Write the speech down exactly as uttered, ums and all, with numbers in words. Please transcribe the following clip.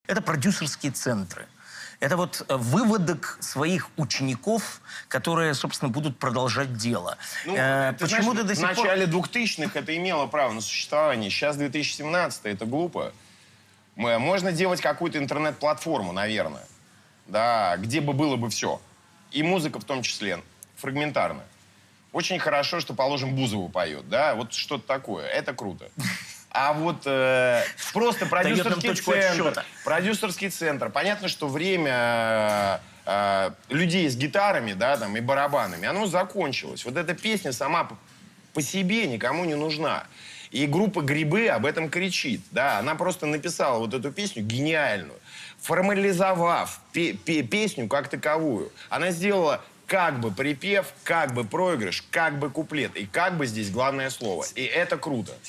Это продюсерские центры. Это вот выводок своих учеников, которые, собственно, будут продолжать дело. Ну, э, ты почему знаешь, ты до сих в пор... начале двухтысячных это имело право на существование. Сейчас две тысячи семнадцатый, это глупо. Мы, можно делать какую-то интернет-платформу, наверное, да, где бы было бы все. И музыка в том числе, фрагментарно. Очень хорошо, что, положим, Бузову поет, да, вот что-то такое. Это круто. А вот э, просто продюсерский центр, продюсерский центр. Понятно, что время э, людей с гитарами, да, там, и барабанами, оно закончилось. Вот эта песня сама по, по себе никому не нужна. И группа «Грибы» об этом кричит, да. Она просто написала вот эту песню гениальную, формализовав пе пе песню как таковую. Она сделала как бы припев, как бы проигрыш, как бы куплет. И как бы здесь главное слово. И это круто.